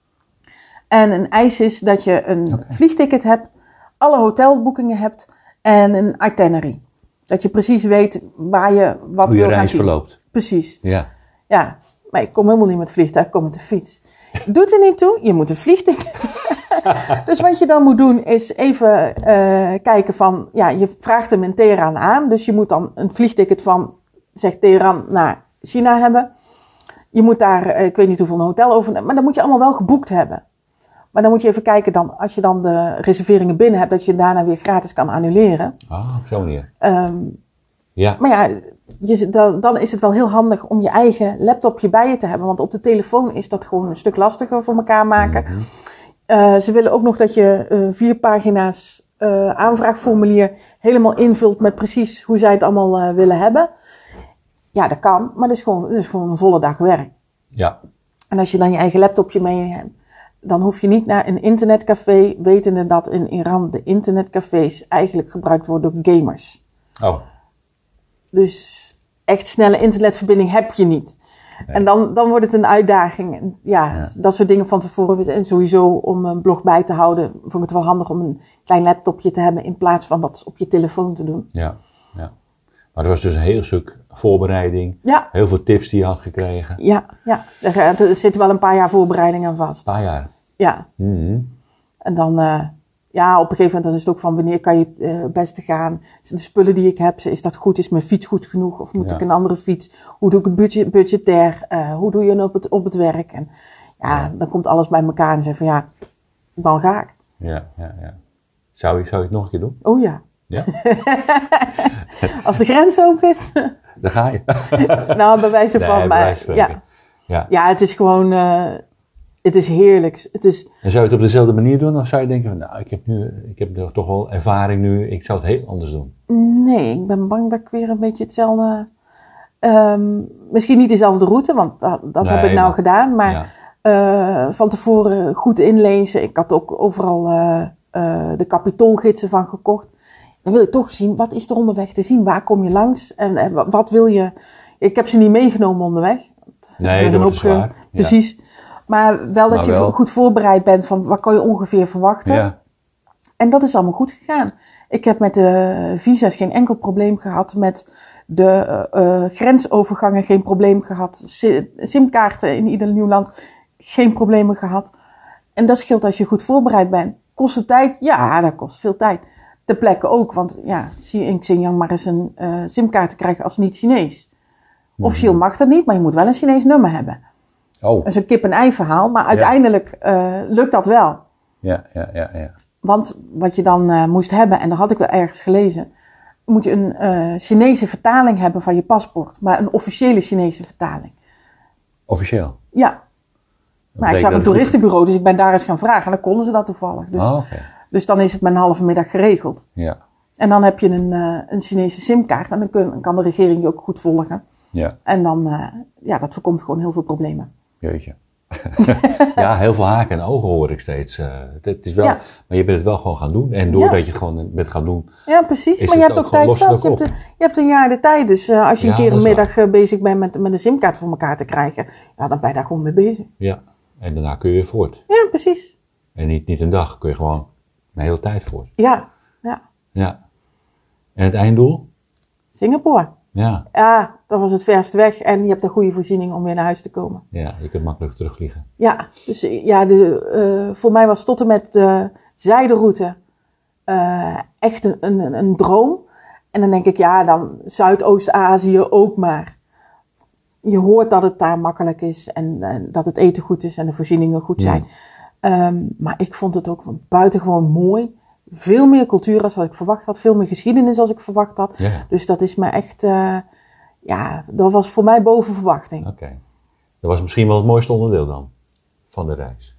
En een eis is dat je een vliegticket hebt, alle hotelboekingen hebt en een itinerary. Dat je precies weet waar je wat wil gaan zien. Hoe je reis verloopt. Precies. Ja. Ja, maar ik kom helemaal niet met het vliegtuig, ik kom met de fiets. Doet er niet toe, je moet een vliegticket. Dus wat je dan moet doen is even kijken van, ja, je vraagt hem in Teheran aan. Dus je moet dan een vliegticket van, zeg Teheran, naar China hebben. Je moet daar, ik weet niet hoeveel een hotel over, maar dat moet je allemaal wel geboekt hebben. Maar dan moet je even kijken, dan, als je dan de reserveringen binnen hebt, dat je daarna weer gratis kan annuleren. Ah, op zo'n manier. Ja. Maar ja, dan is het wel heel handig om je eigen laptopje bij je te hebben. Want op de telefoon is dat gewoon een stuk lastiger voor elkaar maken. Mm-hmm. Ze willen ook nog dat je 4 pagina's aanvraagformulier helemaal invult met precies hoe zij het allemaal willen hebben. Ja, dat kan, maar dat is gewoon een volle dag werk. Ja. En als je dan je eigen laptopje mee hebt, dan hoef je niet naar een internetcafé, wetende dat in Iran de internetcafés eigenlijk gebruikt worden door gamers. Oh. Dus echt snelle internetverbinding heb je niet. Nee. En dan wordt het een uitdaging. En ja, dat soort dingen van tevoren. En sowieso om een blog bij te houden, vond ik het wel handig om een klein laptopje te hebben in plaats van dat op je telefoon te doen. Ja, ja. Maar er was dus een heel stuk voorbereiding. Ja. Heel veel tips die je had gekregen. Ja, ja. Er zit wel een paar jaar voorbereiding aan vast. Een paar jaar? Ja. Mm-hmm. En dan, ja, op een gegeven moment is het ook van wanneer kan je het beste gaan. De spullen die ik heb, is dat goed? Is mijn fiets goed genoeg? Of moet ik een andere fiets? Hoe doe ik het budgetair? Hoe doe je het op het werk? En ja, dan komt alles bij elkaar en zeg van ja, dan ga ik. Ja, ja, ja. Zou je het nog een keer doen? Oh ja. Ja? Als de grens open is. Dan ga je. Nou, bij wijze van. Maar, ja, het is gewoon, het is heerlijk. Het is... En zou je het op dezelfde manier doen? Of zou je denken van, nou, ik heb toch wel ervaring nu, ik zou het heel anders doen? Nee, ik ben bang dat ik weer een beetje hetzelfde, misschien niet dezelfde route, want dat heb ik nou gedaan. Maar van tevoren goed inlezen. Ik had ook overal de kapitoolgidsen van gekocht. Dan wil je toch zien, wat is er onderweg te zien? Waar kom je langs? En wat wil je? Ik heb ze niet meegenomen onderweg. Nee, dat is zwaar. Precies. Ja. Maar wel dat je goed voorbereid bent van wat kan je ongeveer verwachten. Ja. En dat is allemaal goed gegaan. Ik heb met de visa's geen enkel probleem gehad. Met de grensovergangen geen probleem gehad. Simkaarten in ieder nieuw land geen problemen gehad. En dat scheelt als je goed voorbereid bent. Kost het tijd? Ja, dat kost veel tijd. Ter plekke ook, want ja, in Xinjiang maar eens een simkaart te krijgen als niet-Chinees. Officieel mag dat niet, maar je moet wel een Chinees nummer hebben. Oh. Dat is een kip-en-ei verhaal, maar uiteindelijk lukt dat wel. Ja. Want wat je dan moest hebben, en dat had ik wel ergens gelezen, moet je een Chinese vertaling hebben van je paspoort, maar een officiële Chinese vertaling. Officieel? Ja. Maar ik zag een toeristenbureau, dus ik ben daar eens gaan vragen en dan konden ze dat toevallig. Dus, dus dan is het met een halve middag geregeld. Ja. En dan heb je een Chinese simkaart en dan kan de regering je ook goed volgen. Ja. En dan, dat voorkomt gewoon heel veel problemen. Jeetje. Ja, heel veel haken en ogen hoor ik steeds. Het is wel, maar je bent het wel gewoon gaan doen. En doordat je het gewoon bent gaan doen. Ja, precies. Maar je hebt ook tijd zat. Je hebt een jaar de tijd. Dus als je een keer een middag bezig bent met een simkaart voor elkaar te krijgen, ja, dan ben je daar gewoon mee bezig. Ja, en daarna kun je weer voort. Ja, precies. En niet een dag, kun je gewoon een hele tijd voort. Ja. En het einddoel? Singapore. Ja. Ja, dat was het verst weg en je hebt een goede voorziening om weer naar huis te komen. Ja, je kunt makkelijk terugvliegen. Ja, dus ja, voor mij was tot en met de zijderoute echt een droom. En dan denk ik, ja, dan Zuidoost-Azië ook maar. Je hoort dat het daar makkelijk is en dat het eten goed is en de voorzieningen goed zijn. Maar ik vond het ook buitengewoon mooi. Veel meer cultuur als wat ik verwacht had. Veel meer geschiedenis als ik verwacht had. Ja. Dus dat is me echt, dat was voor mij boven verwachting. Oké. Dat was misschien wel het mooiste onderdeel dan van de reis.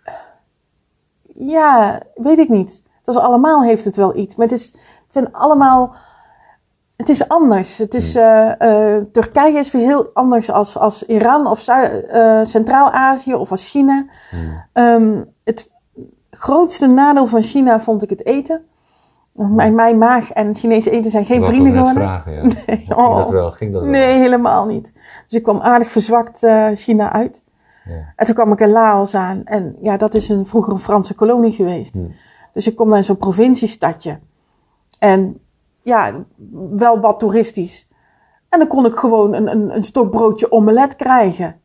Ja, weet ik niet. Dus allemaal heeft het wel iets. Maar het zijn allemaal... Het is anders. Het is, Turkije is weer heel anders als Iran of Centraal-Azië of als China. Het grootste nadeel van China vond ik het eten. Mijn maag en Chinese eten zijn geen vrienden geworden. Vragen, ja. Nee, ging dat wel? Nee, helemaal niet. Dus ik kwam aardig verzwakt China uit. Ja. En toen kwam ik in Laos aan. En ja, dat is vroeger een Franse kolonie geweest. Dus ik kom naar zo'n provinciestadje. En ja, wel wat toeristisch. En dan kon ik gewoon een stokbroodje omelet krijgen.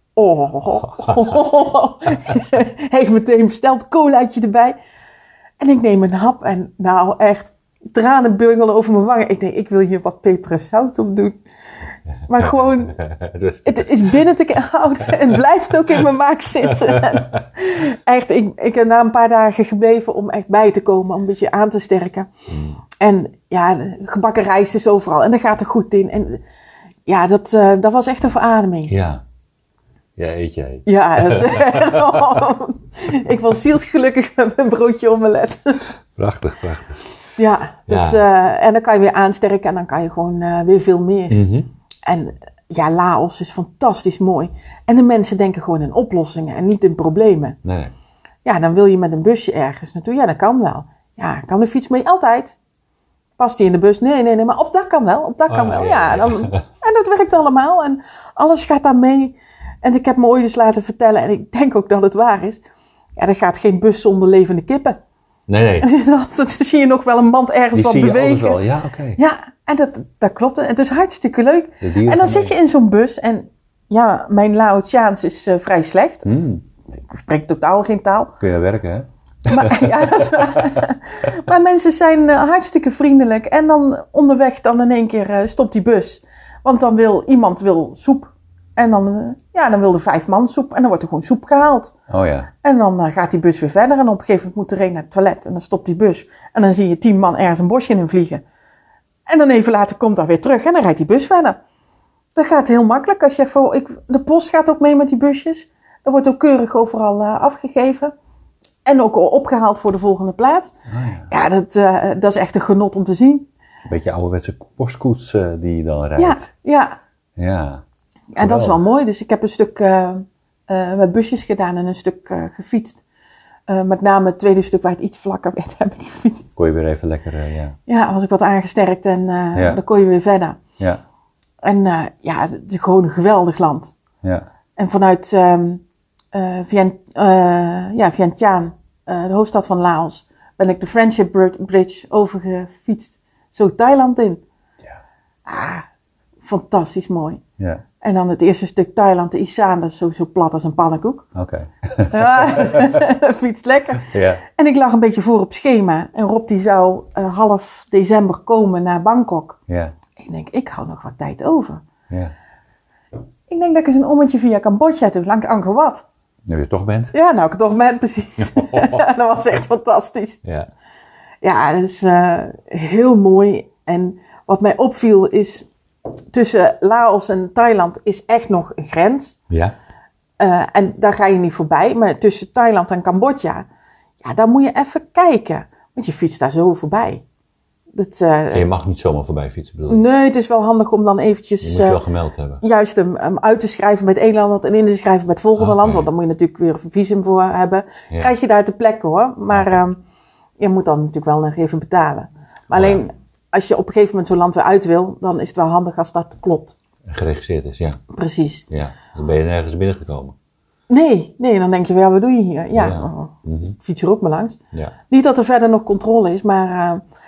Heeft meteen besteld, colaatje erbij. En ik neem een hap en nou echt, tranen bungelen over mijn wangen. Ik denk, ik wil hier wat peper en zout op doen. Maar gewoon, het is binnen te houden. Het blijft ook in mijn maag zitten. Echt, ik heb na een paar dagen gebleven om echt bij te komen. Om een beetje aan te sterken. En ja, gebakken rijst is overal. En dat gaat er goed in. En ja, dat was echt een verademing. Ja. Ja, eet jij. Ja, ik was zielsgelukkig met mijn broodje omelet. Prachtig, prachtig. Ja, en dan kan je weer aansterken en dan kan je gewoon weer veel meer. En ja, Laos is fantastisch mooi. En de mensen denken gewoon in oplossingen en niet in problemen. Nee. Ja, dan wil je met een busje ergens naartoe. Ja, dat kan wel. Ja, kan de fiets mee? Altijd. Past die in de bus? Nee, maar op dat kan wel. Op dat kan wel. Ja, en dat werkt allemaal. En alles gaat daar mee. En ik heb me ooit eens laten vertellen, en ik denk ook dat het waar is. Ja, er gaat geen bus zonder levende kippen. Nee. Dat zie je nog wel een band ergens wat bewegen. Die zie je wel, ja, oké. Ja, en dat klopt. Het is hartstikke leuk. En dan zit je in zo'n bus en ja, mijn Laotiaans is vrij slecht. Ik spreek totaal geen taal. Kun je werken, hè? Maar, ja, dat is waar. Maar mensen zijn hartstikke vriendelijk. En dan onderweg dan in één keer stopt die bus. Want dan wil iemand soep. En dan wil er 5 man soep. En dan wordt er gewoon soep gehaald. Oh ja. En dan gaat die bus weer verder. En op een gegeven moment moet er een naar het toilet. En dan stopt die bus. En dan zie je 10 man ergens een bosje in vliegen. En dan even later komt dat weer terug. En dan rijdt die bus verder. Dat gaat heel makkelijk. Als je de post gaat ook mee met die busjes. Dat wordt ook keurig overal afgegeven. En ook opgehaald voor de volgende plaats. Oh ja. Ja, dat is echt een genot om te zien. Het is een beetje ouderwetse postkoets die je dan rijdt. Ja. En dat is wel mooi. Dus ik heb een stuk met busjes gedaan en een stuk gefietst. Met name het tweede stuk waar het iets vlakker werd, heb ik gefietst. Kon je weer even lekker, Ja, was ik wat aangesterkt en dan kon je weer verder. Ja. En het is gewoon een geweldig land. Ja. En vanuit Vientiane, de hoofdstad van Laos, ben ik de Friendship Bridge overgefietst. Zo Thailand in. Ja. Fantastisch mooi. Ja. En dan het eerste stuk Thailand, de Isaan, dat is zo plat als een pannenkoek. Oké. Fietst lekker. Ja. En ik lag een beetje voor op schema. En Rob die zou half december komen naar Bangkok. Ja. Ik denk, ik hou nog wat tijd over. Ja. Ik denk dat ik eens een ommetje via Cambodja doe, langs Angkor Wat. Nu je er toch bent? Ja, nou ik er toch ben, precies. Dat was echt fantastisch. Ja. Ja, dat is heel mooi. En wat mij opviel is, tussen Laos en Thailand is echt nog een grens. Ja. En daar ga je niet voorbij. Maar tussen Thailand en Cambodja, ja, daar moet je even kijken. Want je fietst daar zo voorbij. En je mag niet zomaar voorbij fietsen, bedoel je? Nee, het is wel handig om dan eventjes... Je moet je wel gemeld hebben. Juist hem uit te schrijven bij het ene land en in te schrijven bij het volgende land. Want dan moet je natuurlijk weer een visum voor hebben. Ja. Krijg je daar ter plekke hoor. Maar je moet dan natuurlijk wel nog even betalen. Maar alleen, als je op een gegeven moment zo'n land weer uit wil, dan is het wel handig als dat klopt. Geregistreerd is, ja. Precies. Ja, dan ben je nergens binnengekomen. Nee, dan denk je wel, wat doe je hier? Ja, ik fiets er ook maar langs. Ja. Niet dat er verder nog controle is, maar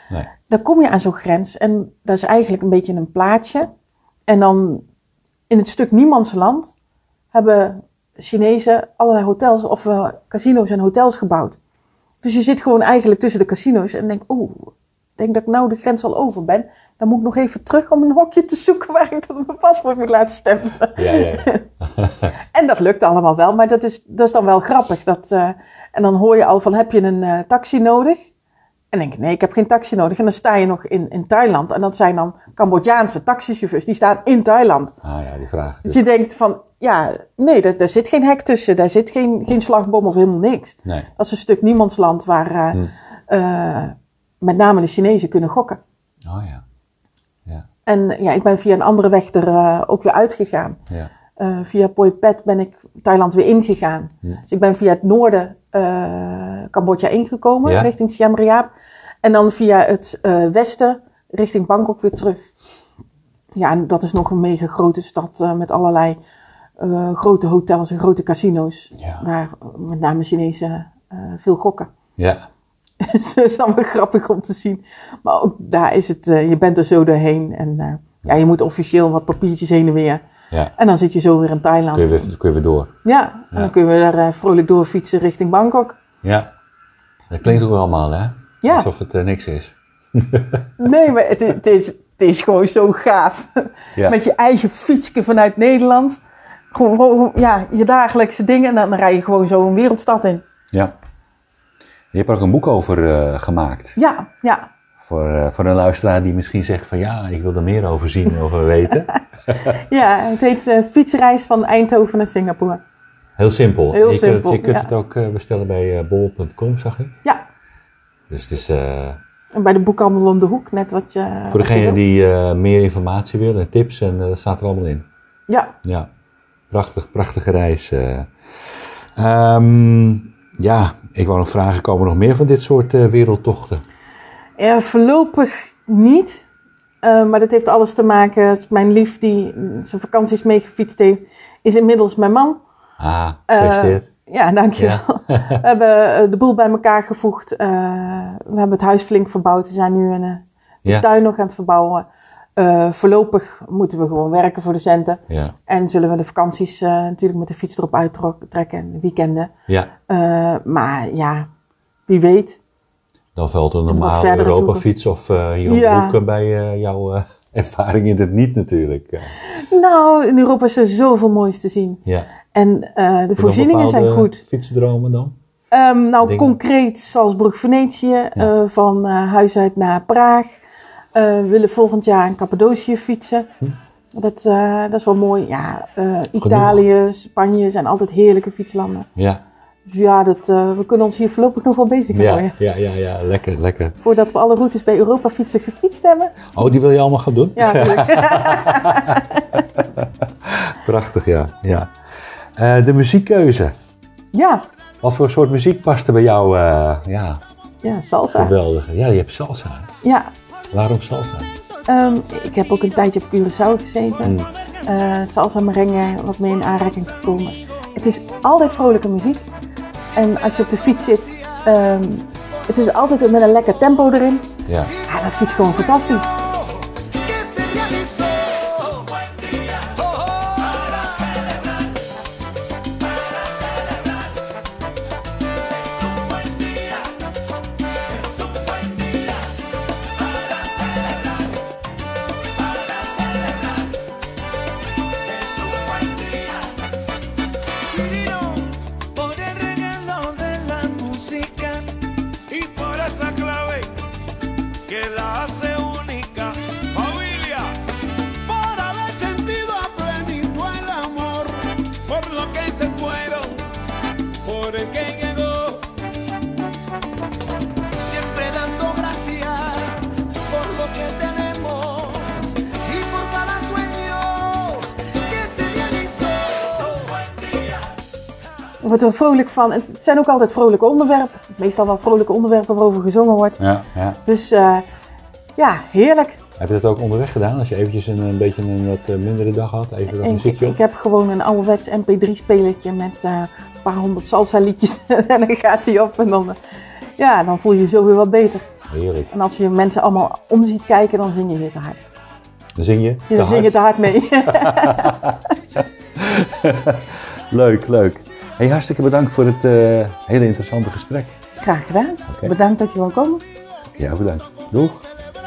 Nee. Dan kom je aan zo'n grens en dat is eigenlijk een beetje een plaatje. En dan in het stuk niemandsland hebben Chinezen allerlei hotels of casino's en hotels gebouwd. Dus je zit gewoon eigenlijk tussen de casino's en denkt, denk dat ik nou de grens al over ben. Dan moet ik nog even terug om een hokje te zoeken waar ik dan mijn paspoort moet laten stempelen. Ja. En dat lukt allemaal wel, maar dat is dan wel grappig. En dan hoor je al van, heb je een taxi nodig? En denk ik, nee, ik heb geen taxi nodig. En dan sta je nog in Thailand. En dat zijn dan Cambodjaanse taxichauffeurs. Die staan in Thailand. Die vraag. Dus je denkt van, ja, nee, daar zit geen hek tussen. Daar zit geen slagbom of helemaal niks. Nee. Dat is een stuk niemandsland waar met name de Chinezen kunnen gokken. Oh ja. En ik ben via een andere weg er ook weer uitgegaan. Ja. Via Phoi Phet ben ik Thailand weer ingegaan. Dus ik ben via het noorden Cambodja ingekomen, richting Siem Reap. En dan via het westen richting Bangkok weer terug. Ja, en dat is nog een mega grote stad met allerlei grote hotels en grote casino's. Ja. Waar met name Chinezen veel gokken. Ja. Dus dat is dan wel grappig om te zien. Maar ook daar is het, je bent er zo doorheen. En je moet officieel wat papiertjes heen en weer. Ja. En dan zit je zo weer in Thailand. Kun je weer door. Ja, en dan kun je daar vrolijk doorfietsen richting Bangkok. Ja. Dat klinkt ook allemaal, hè? Ja. Alsof het niks is. Nee, maar het is gewoon zo gaaf. Ja. Met je eigen fietsje vanuit Nederland. Gewoon, je dagelijkse dingen. En dan rij je gewoon zo een wereldstad in. Ja. Je hebt er ook een boek over gemaakt. Ja. Voor een luisteraar die misschien zegt van ik wil er meer over zien of weten. Ja, het heet Fietsreis van Eindhoven naar Singapore. Heel simpel. Heel simpel, Je kunt het ook bestellen bij bol.com, zag ik. Ja. Dus het is... En bij de boekhandel om de hoek, net wat je... Voor degene die meer informatie wil en tips, en dat staat er allemaal in. Ja. Ja. Prachtige reis. Ik wou nog vragen, komen er nog meer van dit soort wereldtochten? Voorlopig niet. Maar dat heeft alles te maken. Mijn lief die zijn vakanties meegefietst heeft, is inmiddels mijn man. Gefeliciteerd. Ja, dankjewel. Ja. We hebben de boel bij elkaar gevoegd. We hebben het huis flink verbouwd. We zijn nu de tuin nog aan het verbouwen. Voorlopig moeten we gewoon werken voor de centen. Ja. En zullen we de vakanties natuurlijk met de fiets erop uittrekken. En de weekenden. Ja. Maar wie weet. Dan valt een normale Europa-fiets of hier om de hoek bij jouw ervaring in het niet natuurlijk. Nou, in Europa is er zoveel moois te zien. Ja. En de voorzieningen zijn goed. Fietsdromen dan? Concreet Salzburg-Venetië, van huis uit naar Praag. We willen volgend jaar in Cappadocië fietsen. Dat is wel mooi. Ja, Italië, Spanje zijn altijd heerlijke fietslanden. Ja. Dus we kunnen ons hier voorlopig nog wel bezig houden. Ja, lekker. Voordat we alle routes bij Europa fietsen gefietst hebben. Oh, die wil je allemaal gaan doen? Ja, natuurlijk. Prachtig, ja. De muziekkeuze. Ja. Wat voor soort muziek past er bij jou? Ja, salsa. Geweldig. Ja, je hebt salsa. Ja. Waarom salsa? Ik heb ook een tijdje op Curaçao gezeten. Salsa merengue, wat mee in aanraking gekomen. Het is altijd vrolijke muziek. En als je op de fiets zit, het is altijd met een lekker tempo erin. Ja. Dat fiets gewoon fantastisch. Ik word er vrolijk van. Het zijn ook altijd vrolijke onderwerpen. Meestal wel vrolijke onderwerpen waarover gezongen wordt. Ja. Dus heerlijk. Heb je dat ook onderweg gedaan? Als je eventjes een beetje een wat mindere dag had? Even dat muziekje op? Ik heb gewoon een ouderwets mp3-spelertje met een paar honderd salsa liedjes. En dan gaat hij op en dan voel je je zo weer wat beter. Heerlijk. En als je mensen allemaal om ziet kijken, dan zing je weer te hard. Dan zing je? Dan zing je te hard mee. Leuk. Hey, hartstikke bedankt voor het hele interessante gesprek. Graag gedaan. Okay. Bedankt dat je wil komen. Ja, bedankt. Doeg.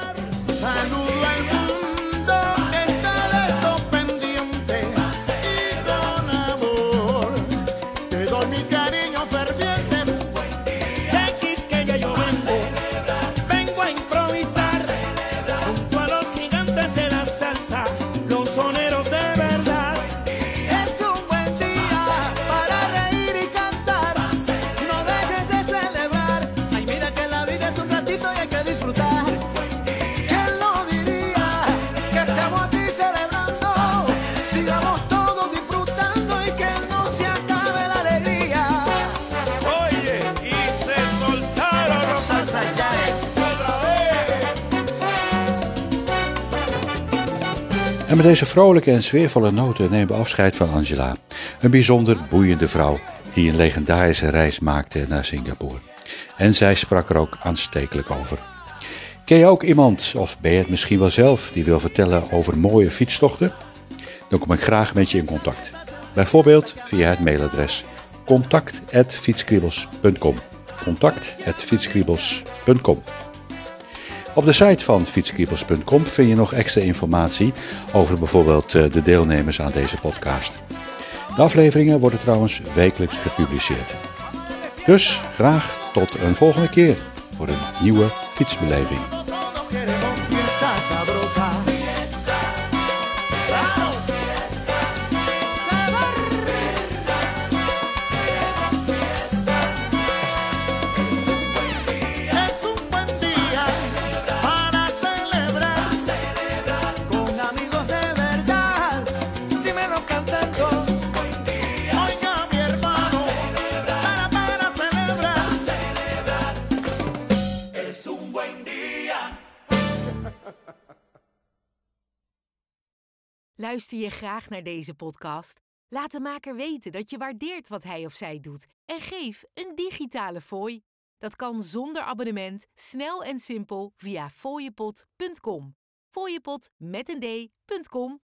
En met deze vrolijke en sfeervolle noten nemen we afscheid van Angela. Een bijzonder boeiende vrouw die een legendarische reis maakte naar Singapore. En zij sprak er ook aanstekelijk over. Ken je ook iemand, of ben je het misschien wel zelf, die wil vertellen over mooie fietstochten? Dan kom ik graag met je in contact. Bijvoorbeeld via het mailadres contact@fietskriebels.com. contact@fietskriebels.com. Op de site van fietskriebels.com vind je nog extra informatie over bijvoorbeeld de deelnemers aan deze podcast. De afleveringen worden trouwens wekelijks gepubliceerd. Dus graag tot een volgende keer voor een nieuwe fietsbeleving. Luister je graag naar deze podcast? Laat de maker weten dat je waardeert wat hij of zij doet en geef een digitale fooi. Dat kan zonder abonnement, snel en simpel via fooiepot.com. Fooiepot met een d.com